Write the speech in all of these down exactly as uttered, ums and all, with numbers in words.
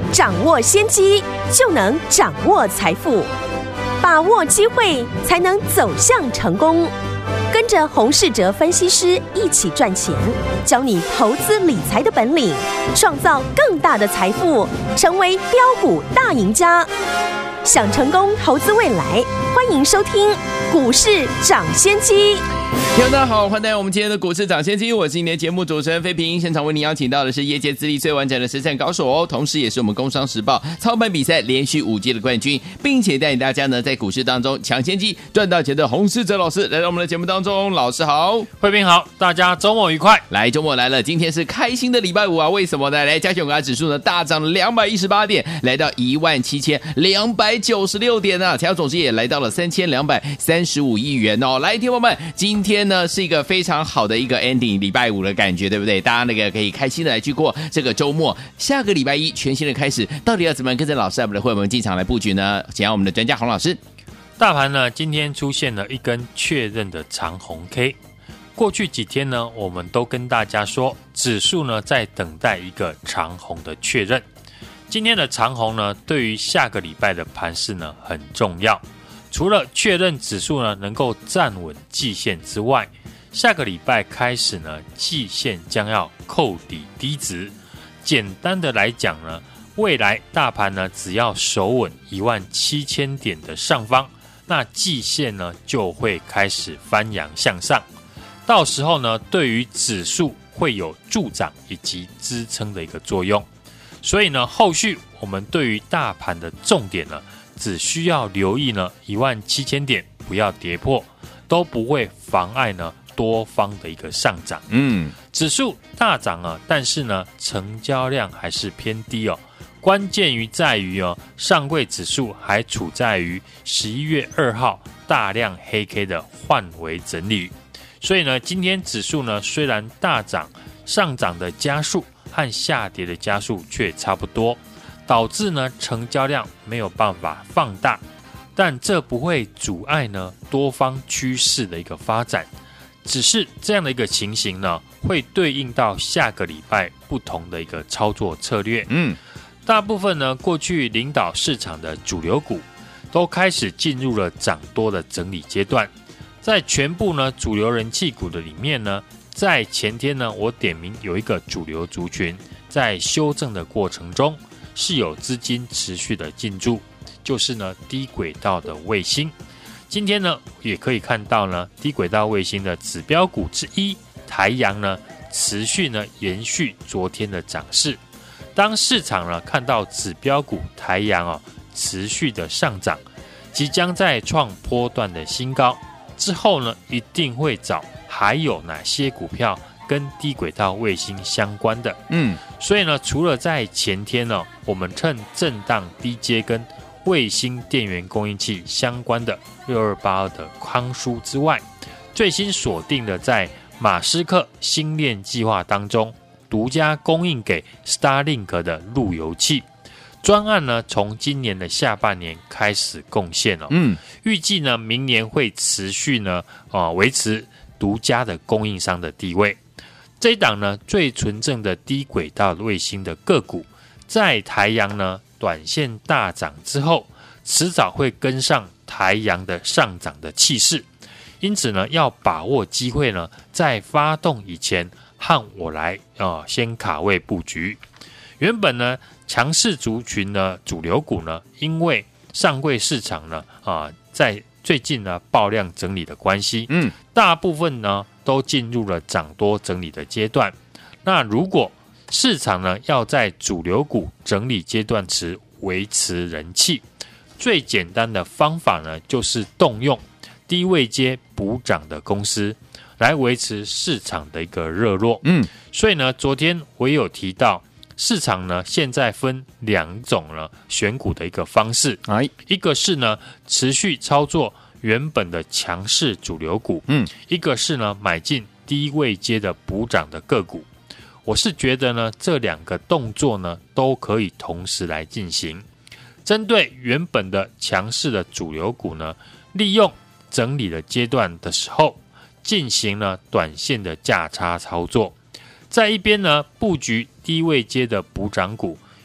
掌握先机，就能掌握财富。把握机会，才能走向成功。跟着洪士哲分析师一起赚钱，教你投资理财的本领，创造更大的财富，成为标股大赢家。想成功投资未来，欢迎收听股市涨先机。 听众大家好，欢迎来到我们今天的股市涨先机，我是今天的节目主持人飞平。现场为您邀请到的是业界资历最完整的实战高手哦，同时也是我们工商时报操盘比赛连续五届的冠军，并且带领大家呢在股市当中抢先机赚到钱的洪士哲老师来到我们的节目当中。老师好。 飞平好，大家周末愉快。 来，周末来了，今天是开心的礼拜五啊！为什么呢？来，加权股价指数呢大涨了两百一十八点，来到一万七千两百九十六点啊，成交总值也来到了三千两百三十五亿元哦。来，听众们，今天呢是一个非常好的一个 ending， 礼拜五的感觉，对不对？大家那个可以开心的来去过这个周末，下个礼拜一全新的开始，到底要怎么样跟着老师我们的会员们进场来布局呢？请让我们的专家洪老师。 大盘呢今天出现了一根确认的长红 K， 过去几天呢我们都跟大家说指数呢在等待一个长红的确认，今天的长红呢对于下个礼拜的盘势呢很重要。除了确认指数呢能够站稳季线之外，下个礼拜开始呢季线将要扣底低值。简单的来讲呢，未来大盘呢只要守稳一万七千点的上方，那季线呢就会开始翻扬向上，到时候呢对于指数会有助涨以及支撑的一个作用。所以呢后续我们对于大盘的重点呢只需要留意呢一万七千点不要跌破，都不会妨碍呢多方的一个上涨。 嗯， 指数大涨啊，但是呢成交量还是偏低哦。关键于在于哦，上柜指数还处在于十一月二号大量黑 K 的换围整理，所以呢今天指数呢虽然大涨，上涨的加速和下跌的加速却差不多，导致呢成交量没有办法放大，但这不会阻碍呢多方趋势的一个发展，只是这样的一个情形呢会对应到下个礼拜不同的一个操作策略。 嗯， 大部分呢过去领导市场的主流股都开始进入了涨多的整理阶段，在全部呢主流人气股的里面呢，在前天呢我点名有一个主流族群在修正的过程中是有资金持续的进驻，就是呢低轨道的卫星。今天呢也可以看到呢低轨道卫星的指标股之一台阳呢持续呢延续昨天的涨势。当市场呢看到指标股台阳哦持续的上涨，即将在创波段的新高之后呢，一定会找还有哪些股票跟低轨道卫星相关的。 嗯， 所以呢除了在前天呢我们趁震荡低阶跟卫星电源供应器相关的六二八二的康舒之外，最新锁定的在马斯克星链计划当中独家供应给 Starlink 的路由器专案呢，从今年的下半年开始贡献哦。 嗯， 预计呢明年会持续呢啊维持独家的供应商的地位。这一档呢最纯正的低轨道卫星的个股，在台阳呢短线大涨之后，迟早会跟上台阳的上涨的气势，因此呢要把握机会呢，在发动以前和我来啊、呃、先卡位布局。原本呢强势族群呢主流股呢，因为上柜市场呢啊、呃、在最近呢爆量整理的关系， 嗯， 大部分呢都进入了涨多整理的阶段。那如果市场呢要在主流股整理阶段时维持人气，最简单的方法呢就是动用低位阶补涨的公司来维持市场的一个热络。 嗯， 所以呢昨天我也有提到，市场呢现在分两种呢选股的一个方式， 哎， 一个是呢持续操作原本的强势主流股， 嗯， 一个是呢买进低位阶的补涨的个股。我是觉得呢这两个动作呢都可以同时来进行。针对原本的强势的主流股呢，利用整理的阶段的时候进行了短线的价差操作，在一边呢布局低位阶的补涨股，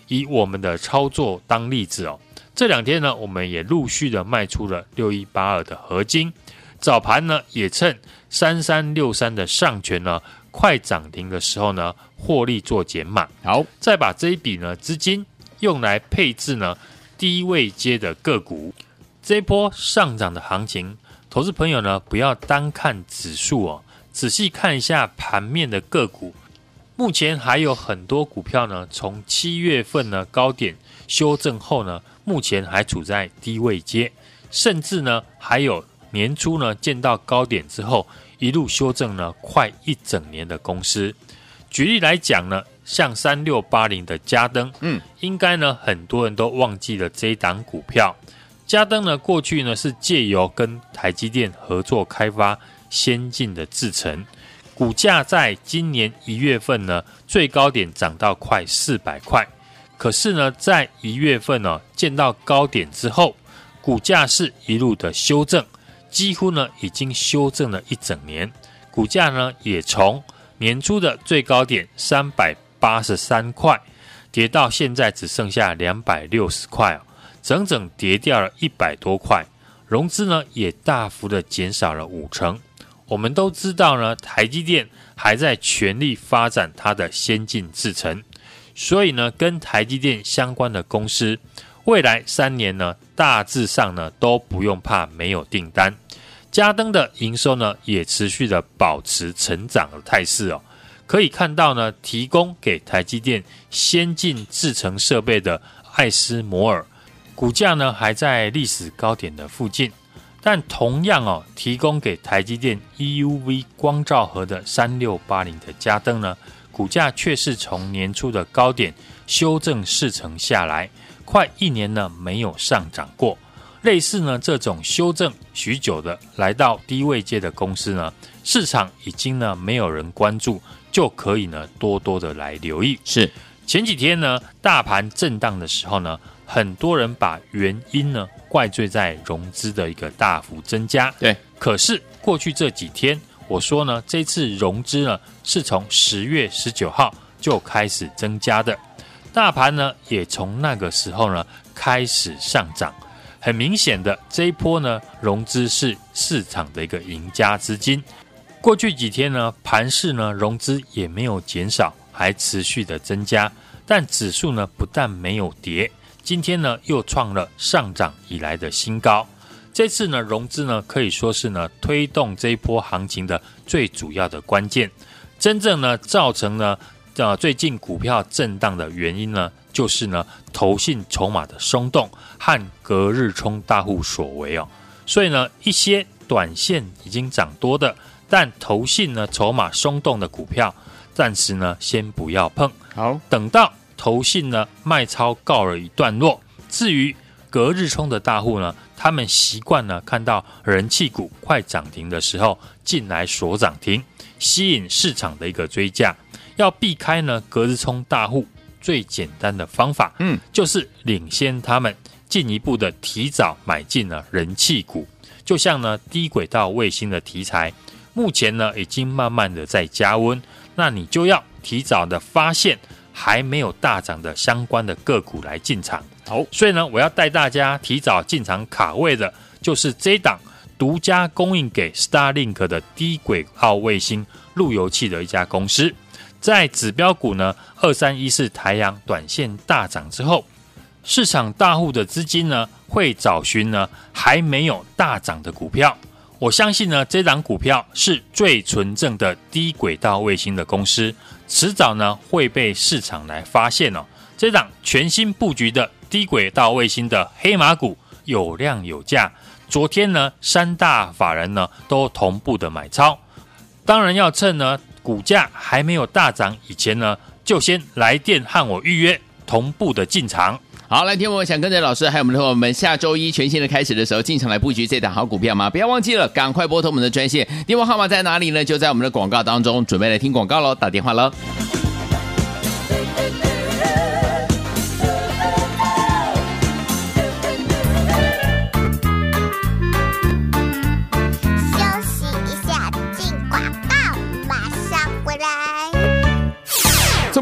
以我们的操作当例子哦，这两天呢，我们也陆续的卖出了六一八二的合金，早盘呢也趁三三六三的上权呢快涨停的时候呢，获利做减码。 好， 再把这一笔呢资金用来配置呢低位阶的个股。这一波上涨的行情，投资朋友呢不要单看指数哦，仔细看一下盘面的个股。目前还有很多股票呢，从七月份呢高点修正后呢，目前还处在低位阶，甚至呢还有年初呢见到高点之后一路修正呢快一整年的公司。举例来讲呢，像三六八零的嘉登，嗯，应该呢很多人都忘记了这一档股票。嘉登呢过去呢是借由跟台积电合作开发先进的制程，股价在今年一月份呢最高点涨到快四百块，可是呢在一月份呢见到高点之后，股价是一路的修正，几乎呢已经修正了一整年，股价呢也从年初的最高点三百八十三块跌到现在只剩下两百六十块哦，整整跌掉了一百多块，融资呢也大幅的减少了五成。我们都知道呢，台积电还在全力发展它的先进制程，所以呢，跟台积电相关的公司，未来三年呢，大致上呢都不用怕没有订单。嘉登的营收呢，也持续的保持成长的态势哦。可以看到呢，提供给台积电先进制程设备的艾斯摩尔，股价呢还在历史高点的附近。但同样哦，提供给台积电 E U V 光罩盒的三六八零的嘉登呢，股价却是从年初的高点修正四成下来，快一年呢没有上涨过。类似呢这种修正许久的来到低位阶的公司呢，市场已经呢没有人关注，就可以呢多多的来留意。 是前几天呢大盘震荡的时候呢，很多人把原因呢怪罪在融资的一个大幅增加。 对， 可是过去这几天我说呢，这次融资呢是从十月十九号就开始增加的，大盘呢也从那个时候呢开始上涨。很明显的，这一波呢融资是市场的一个赢家资金。过去几天呢盘势呢融资也没有减少，还持续的增加，但指数呢不但没有跌，今天呢又创了上涨以来的新高。这次呢融资呢可以说是呢推动这一波行情的最主要的关键。真正呢造成呢呃最近股票震荡的原因呢，就是呢投信筹码的松动和隔日冲大户所为哦。所以呢一些短线已经涨多的，但投信呢筹码松动的股票，暂时呢先不要碰。 好， 等到投信呢卖超告了一段落，至于隔日冲的大户呢，他们习惯呢看到人气股快涨停的时候进来锁涨停，吸引市场的一个追价。要避开呢隔日冲大户，最简单的方法，嗯，就是领先他们进一步的提早买进了人气股。就像呢低轨道卫星的题材，目前呢已经慢慢的在加温，那你就要提早的发现还没有大涨的相关的个股来进场。 好， 所以呢我要带大家提早进场卡位的，就是这一档独家供应给 Starlink 的低轨道卫星路由器的一家公司。在指标股呢二三一四台阳短线大涨之后，市场大户的资金呢会找寻呢还没有大涨的股票。我相信呢这档股票是最纯正的低轨道卫星的公司，迟早呢会被市场来发现哦。这档全新布局的低轨道卫星的黑马股有量有价，昨天呢三大法人呢都同步的买超，当然要趁呢股价还没有大涨以前呢，就先来电和我预约同步的进场。 好，来听我们想跟着老师还有我们的我们下周一全新的开始的时候进场来布局这档好股票吗？不要忘记了，赶快拨通我们的专线，电话号码在哪里呢？就在我们的广告当中，准备来听广告咯，打电话咯。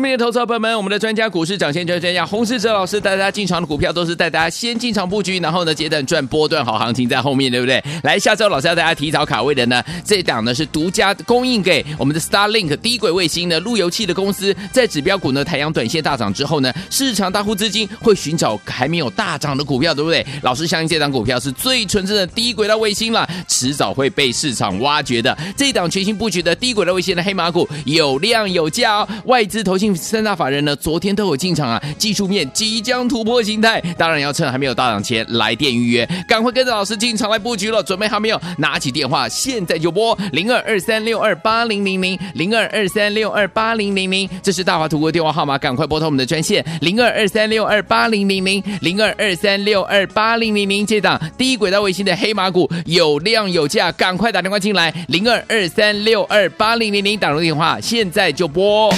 聪明的投资者朋友们，我们的专家股市涨先赚专家洪士哲老师带大家进场的股票都是带大家先进场布局，然后呢接着赚波段好行情在后面，对不对？来，下周老师要大家提早卡位的呢，这一档呢是独家供应给我们的 Starlink 低轨卫星的路由器的公司，在指标股呢太阳短线大涨之后呢，市场大户资金会寻找还没有大涨的股票，对不对？老师相信这档股票是最纯正的低轨道卫星了，迟早会被市场挖掘的。这一档全新布局的低轨道卫星的黑马股有量有价哦，外资投信三大法人呢昨天都有进场啊，技术面即将突破形态，当然要趁还没有大涨前来电预约，赶快跟着老师进场来布局了。准备好没有？拿起电话现在就拨零二二三六二八零零零零二二三六二八零零零，这是大华图国电话号码，赶快拨通我们的专线零二二三六二八零零零零二二三六二八零零零，这档低轨道卫星的黑马股有量有价，赶快打电话进来零二二三六二八零零零，打入电话现在就拨。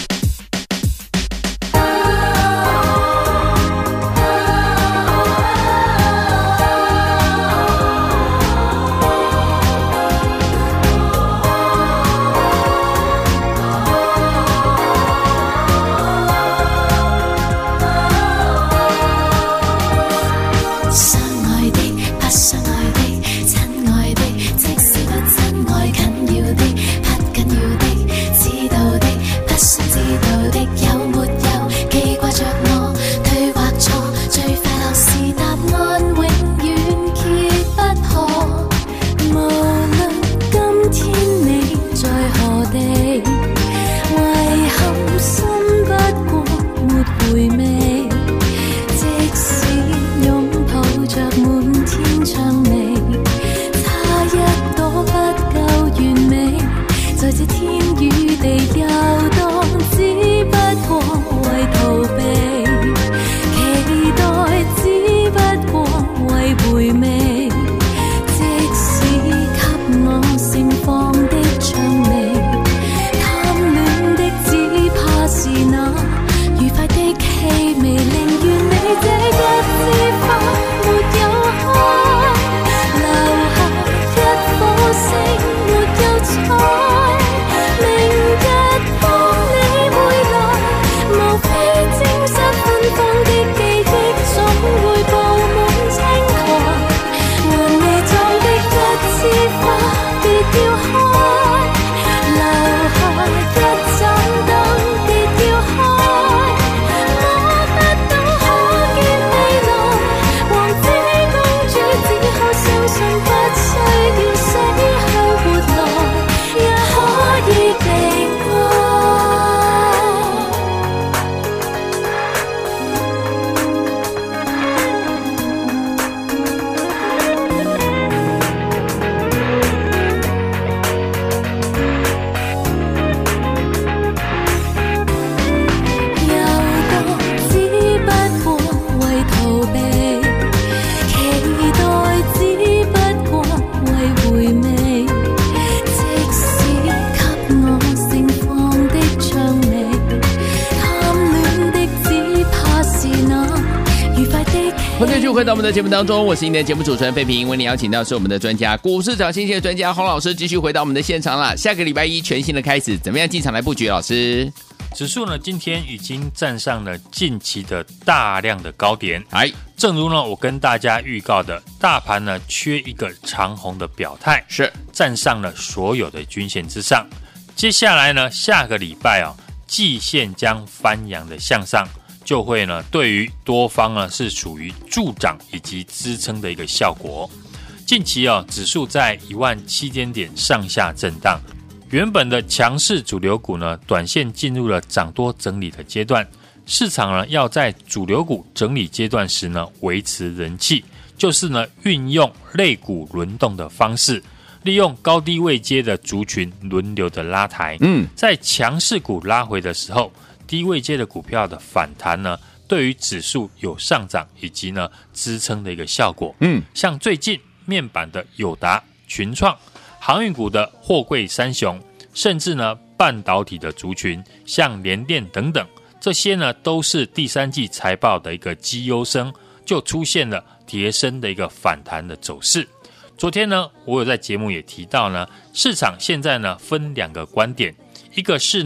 继续回到我们的节目当中，我是你的节目主持人费平，为你邀请到是我们的专家股市涨新鲜的专家洪老师，继续回到我们的现场了。下个礼拜一全新的开始，怎么样进场来布局？老师， 指数呢今天已经站上了近期的大量的高点，哎，正如呢我跟大家预告的，大盘呢缺一个长红的表态，是站上了所有的均线之上。接下来呢，下个礼拜哦，季线将翻扬的向上，就会呢对于多方呢是属于助涨以及支撑的一个效果。近期哦，指数在一万七千点上下震荡，原本的强势主流股呢，短线进入了涨多整理的阶段。市场呢要在主流股整理阶段时呢维持人气，就是呢运用类股轮动的方式，利用高低位阶的族群轮流的拉抬。嗯，在强势股拉回的时候，低位阶的股票的反弹呢，对于指数有上涨以及呢支撑的一个效果。嗯，像最近面板的友达、群创，航运股的货柜三雄，甚至呢半导体的族群，像联电等等，这些呢都是第三季财报的一个绩优生，就出现了跌升的一个反弹的走势。昨天呢，我有在节目也提到呢，市场现在呢分两个观点，一个是呢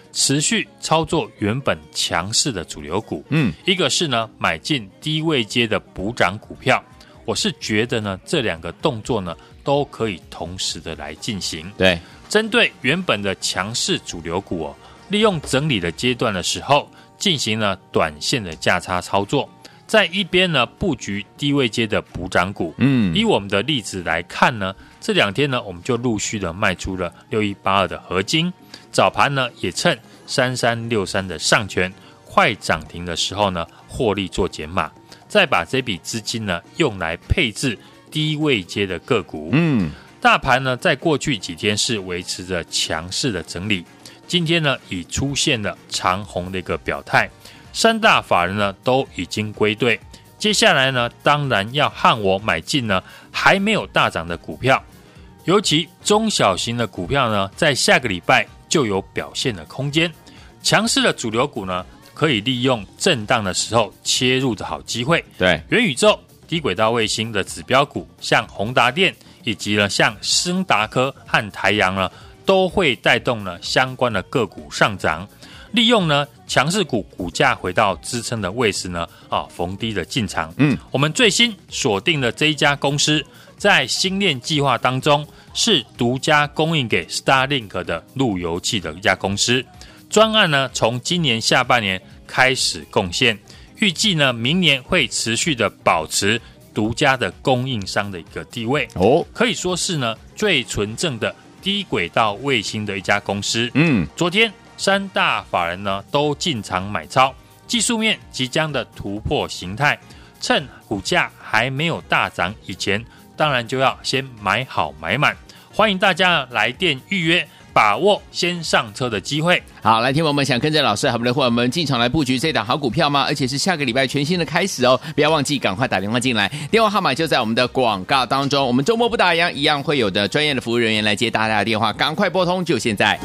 持续操作原本强势的主流股， 嗯， 一个是呢买进低位阶的补涨股票。我是觉得呢这两个动作呢都可以同时的来进行。 对， 针对原本的强势主流股哦，利用整理的阶段的时候，进行了短线的价差操作，在一边呢布局低位阶的补涨股。 嗯， 以我们的例子来看呢，这两天呢我们就陆续的卖出了六一八二的合金，早盘呢也趁三三六三的上权快涨停的时候呢获利做减码，再把这笔资金呢用来配置低位阶的个股。 嗯， 大盘呢在过去几天是维持着强势的整理，今天呢已出现了长红的一个表态，三大法人呢都已经归队，接下来呢当然要和我买进呢还没有大涨的股票，尤其中小型的股票呢在下个礼拜就有表现的空间，强势的主流股呢可以利用震荡的时候切入的好机会。 对， 元宇宙、低轨道卫星的指标股，像宏达电以及呢像昇達科和台陽呢，都会带动呢相关的个股上涨。利用呢强势股股价回到支撑的位置呢，啊逢低的进场。 嗯， 我们最新锁定的这一家公司，在星链计划当中是独家供应给 Starlink 的路由器的一家公司。专案呢从今年下半年开始贡献，预计呢明年会持续的保持独家的供应商的一个地位。 哦， 可以说是呢最纯正的低轨道卫星的一家公司。 嗯， 昨天三大法人呢都进场买超，技术面即将的突破形态，趁股价还没有大涨以前，当然就要先买好买满。欢迎大家来电预约，把握先上车的机会。 好，来听我们想跟着老师和我们的伙伴们进场来布局这档好股票吗？而且是下个礼拜全新的开始哦，不要忘记赶快打电话进来，电话号码就在我们的广告当中。我们周末不打烊，一样会有的专业的服务人员来接大家的电话，赶快拨通，就现在。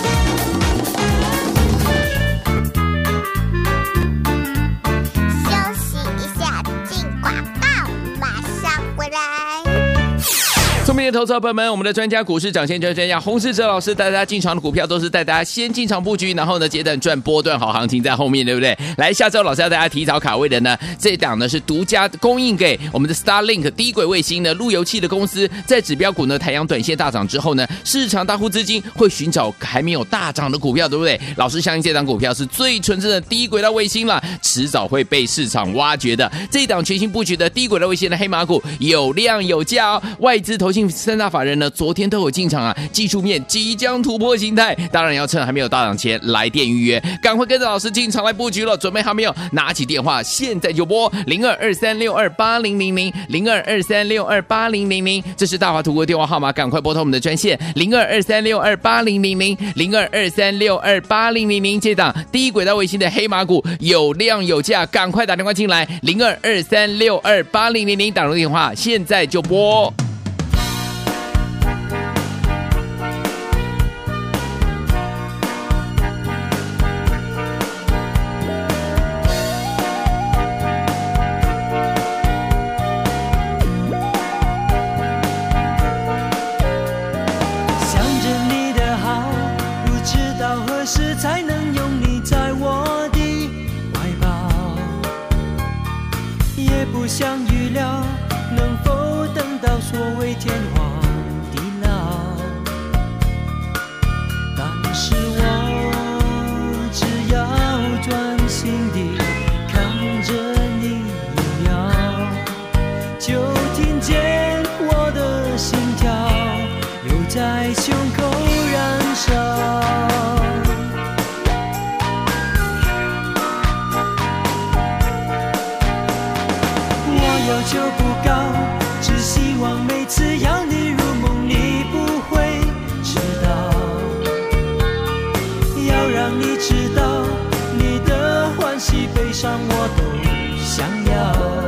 聪明的投资者朋友们，我们的专家股市涨先赚专家洪士哲老师带大家进场的股票都是带大家先进场布局，然后呢接等赚波段好行情在后面，对不对？来，下周老师要大家提早卡位的呢，这一档呢是独家供应给我们的 Starlink 低轨卫星的路由器的公司，在指标股呢台阳短线大涨之后呢，市场大户资金会寻找还没有大涨的股票，对不对？老师相信这档股票是最纯正的低轨道卫星了，迟早会被市场挖掘的。这一档全新布局的低轨道卫星的黑马股有量有价哦，外资投信三大法人呢昨天都有进场啊，技术面即将突破形态，当然要趁还没有大涨前来电预约，赶快跟着老师进场来布局了。准备好没有？拿起电话现在就拨零二二三六二八零零零零二二三六二八零零零，这是大华图国电话号码，赶快拨通我们的专线零二二三六二八零零零零二二三六二八零零零，这档低轨道卫星的黑马股有量有价，赶快打电话进来零二二三六二八零零零，打入电话现在就拨。 才能拥你在我的怀抱，也不想预料能否等到所谓天荒地老，但是我只要专心地看着你一秒，就听见我的心跳又在胸口燃烧。要求不高，只希望每次要你入梦，你不会迟到。要让你知道，你的欢喜悲伤我都想要。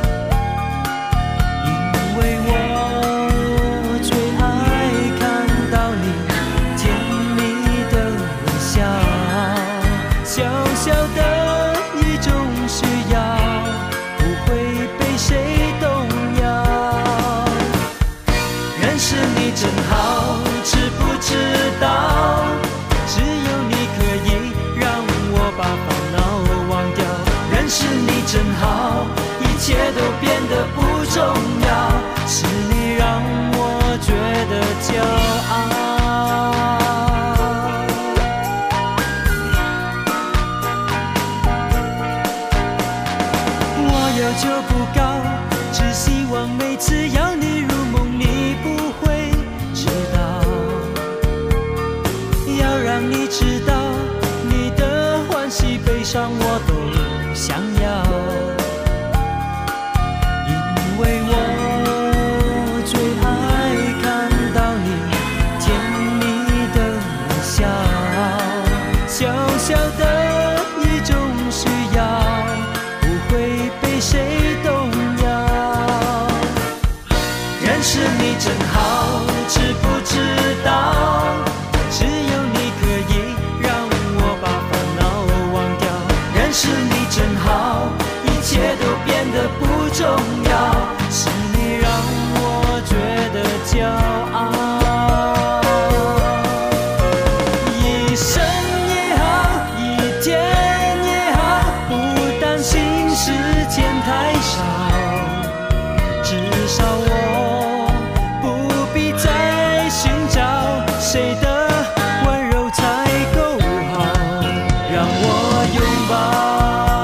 因为我最爱看到你甜蜜的微笑，小小的一种需要。谁动摇？认识你真好，知不知道？只有你可以求不高，只希望每次要你入梦，你不会知道，要让你知道，你的欢喜悲伤我都想要，因为我最爱看到你甜蜜的笑，小小的一种需要，不会被谁动摇。认识你真好，知不知道？只有你可以让我把烦恼忘掉。认识你真好，一切都变得不重要，是你让我觉得骄傲。一生也好，一天也好，不担心时间太少，至少我不必再寻找谁的温柔才够好，让我拥抱。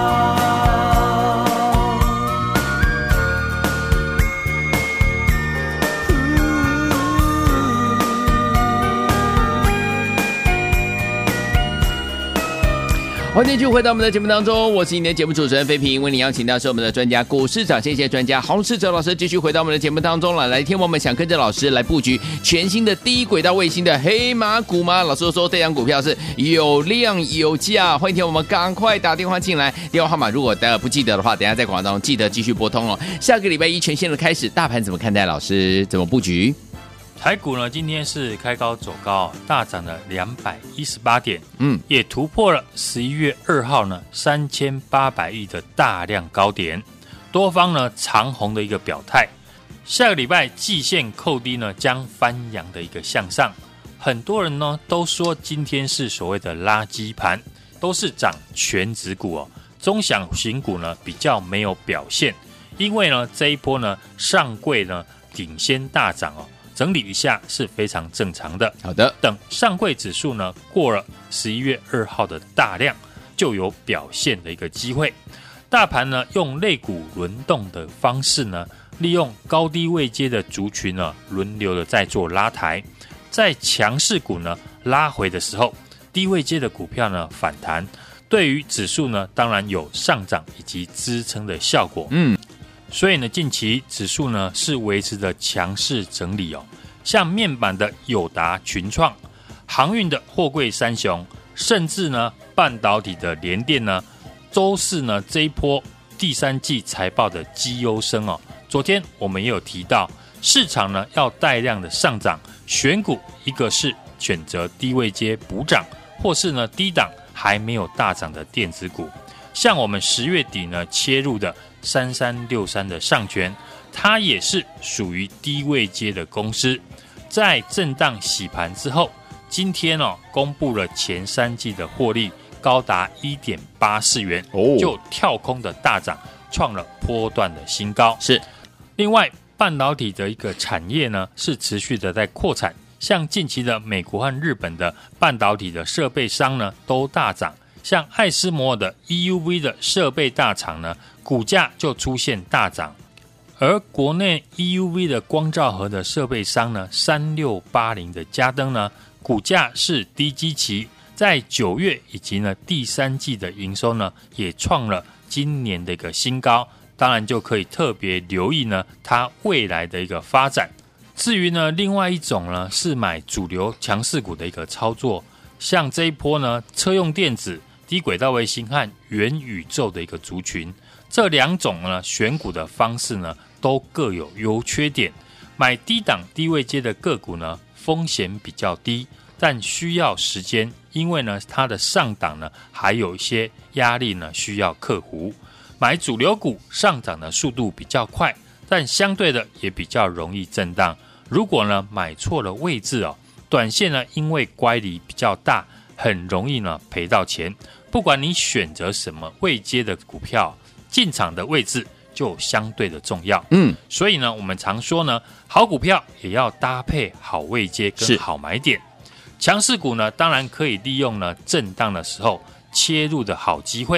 欢迎继续回到我们的节目当中，我是今天的节目主持人飞平，为您邀请到是我们的专家股市长，谢谢专家洪士哲老师继续回到我们的节目当中了。来，天王们想跟着老师来布局全新的低轨道卫星的黑马股吗？老师说这张股票是有量有价，欢迎天王们赶快打电话进来，电话号码如果待会不记得的话，等一下在广告当中记得继续拨通哦。下个礼拜一全线的开始，大盘怎么看待？老师怎么布局？ 台股呢，今天是开高走高，大涨了两百一十八点， 嗯， 也突破了十一月二号呢三千八百亿的大量高点，多方呢长红的一个表态。下个礼拜季线扣低呢，将翻扬的一个向上。很多人呢都说今天是所谓的垃圾盘，都是涨全指股哦，中小型股呢比较没有表现，因为呢这一波呢上柜呢领先大涨哦。整理一下是非常正常的。 好的， 等上柜指数呢过了十一月二号的大量，就有表现的一个机会。大盘呢用类股轮动的方式呢，利用高低位阶的族群呢轮流的在做拉抬，在强势股呢拉回的时候，低位阶的股票呢反弹，对于指数呢当然有上涨以及支撑的效果。 嗯。 所以呢，近期指数呢是维持着强势整理哦，像面板的友达、群创，航运的货柜三雄，甚至呢半导体的联电呢，周四呢这一波第三季财报的绩优生哦，昨天我们也有提到，市场呢要带量的上涨，选股一个是选择低位阶补涨，或是呢低档还没有大涨的电子股，像我们十月底呢切入的三三六三的上权，它也是属于低位阶的公司，在震荡洗盘之后，今天哦公布了前三季的获利高达 一点八四元， 哦， 就跳空的大涨，创了波段的新高。 是， 另外半导体的一个产业呢是持续的在扩产，像近期的美国和日本的半导体的设备商呢都大涨，像艾斯摩尔的 E U V 的设备大厂呢，股价就出现大涨。而国内 E U V 的光罩盒的设备商呢，三六八零的嘉登呢，股价是低基期，在九月以及呢第三季的营收呢，也创了今年的一个新高，当然就可以特别留意呢它未来的一个发展。至于呢另外一种呢是买主流强势股的一个操作，像这一波呢车用电子、低轨道卫星和元宇宙的一个族群，这两种呢选股的方式呢都各有优缺点。买低档低位阶的个股呢风险比较低，但需要时间，因为呢它的上档呢还有一些压力呢需要克服。买主流股上涨的速度比较快，但相对的也比较容易震荡。如果呢买错了位置哦，短线呢因为乖离比较大，很容易呢赔到钱。不管你选择什么位阶的股票，进场的位置就相对的重要。 嗯， 所以呢我们常说呢，好股票也要搭配好位阶跟好买点。强势股呢当然可以利用呢震荡的时候切入的好机会，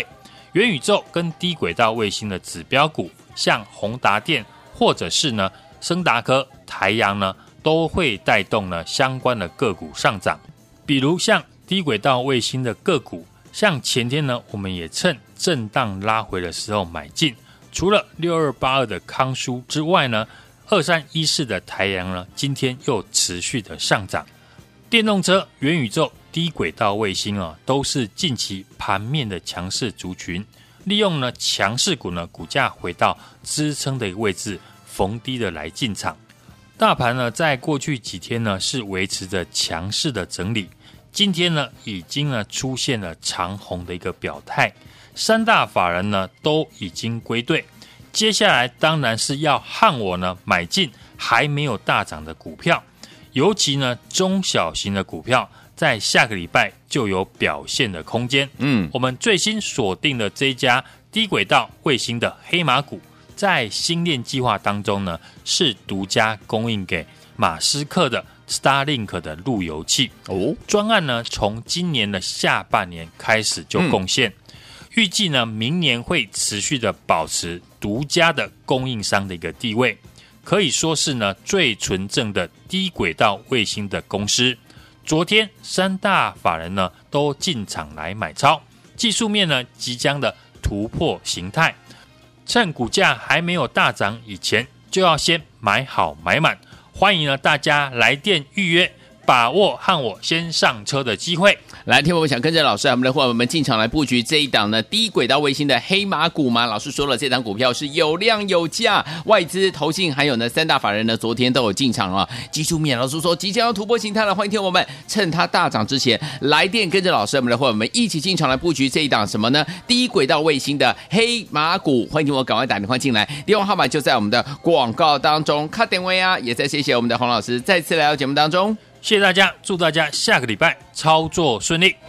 元宇宙跟低轨道卫星的指标股，像宏达电或者是呢昇达科、台阳呢，都会带动呢相关的个股上涨。比如像低轨道卫星的个股，像前天呢，我们也趁震荡拉回的时候买进。除了六二八二的康舒之外呢，二三一四的台阳呢，今天又持续的上涨。电动车、元宇宙、低轨道卫星啊，都是近期盘面的强势族群。利用呢强势股呢，股价回到支撑的一个位置，逢低的来进场。大盘呢，在过去几天呢，是维持着强势的整理。今天呢，已经呢出现了长红的一个表态。三大法人呢都已经归队，接下来当然是要和我呢买进还没有大涨的股票，尤其呢中小型的股票在下个礼拜就有表现的空间。嗯，我们最新锁定的这一家低轨道卫星的黑马股，在星链计划当中呢是独家供应给马斯克的 Starlink 的路由器哦，专案呢从今年的下半年开始就贡献。嗯，预计呢，明年会持续的保持独家的供应商的一个地位，可以说是呢最纯正的低轨道卫星的公司。昨天三大法人呢都进场来买超，技术面呢即将的突破形态，趁股价还没有大涨以前，就要先买好买满。欢迎呢大家来电预约，把握和我先上车的机会。 来，听我们想跟着老师，我们的伙伴们进场来布局这一档呢低轨道卫星的黑马股吗？老师说了，这档股票是有量有价，外资、投信还有呢三大法人呢，昨天都有进场了。技术面，老师说即将要突破形态了，欢迎听我们趁它大涨之前来电，跟着老师，我们的伙伴们一起进场来布局这一档什么呢？低轨道卫星的黑马股。欢迎听我赶快打电话进来，电话号码就在我们的广告当中，卡点位啊！也再谢谢我们的洪老师再次来到节目当中。 谢谢大家，祝大家下个礼拜操作顺利。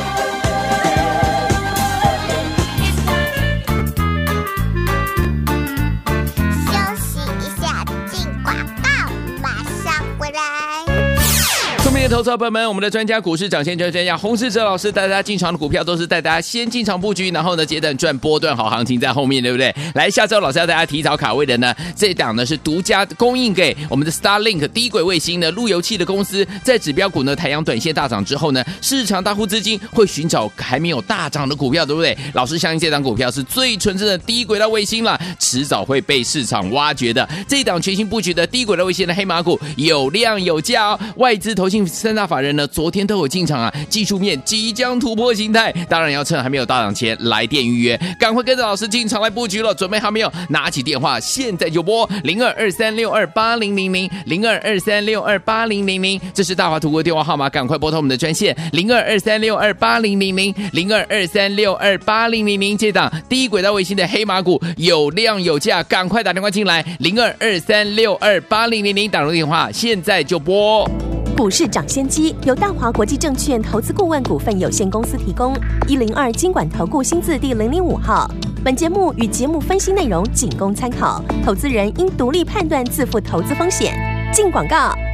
聪明的投资者朋友们，我们的专家股市涨先赚专家洪士哲老师带大家进场的股票，都是带大家先进场布局，然后呢接着赚波段好行情在后面，对不对？来，下周老师要大家提早卡位的呢，这一档呢是独家供应给我们的 Starlink 低轨卫星的路由器的公司，在指标股呢太阳短线大涨之后呢，市场大户资金会寻找还没有大涨的股票，对不对？老师相信这档股票是最纯正的低轨道卫星了，迟早会被市场挖掘的。这一档全新布局的低轨道卫星的黑马股有量有价哦，外资投信三大法人呢昨天都有进场啊，技术面即将突破形态，当然要趁还没有大涨前来电预约，赶快跟着老师进场来布局了。准备好没有？拿起电话现在就拨零二二三六二八零零零零二二三六二八零零零，这是大华图国电话号码，赶快拨通我们的专线零二二三六二八零零零零二二三六二八零零零，这档低轨道卫星的黑马股有量有价，赶快打电话进来零二二三六二八零零零，打入电话现在就拨。 股市涨先机由大华国际证券投资顾问股份有限公司提供，一零二金管投顾新字第零零五号。本节目与节目分析内容仅供参考，投资人应独立判断，自负投资风险。进广告。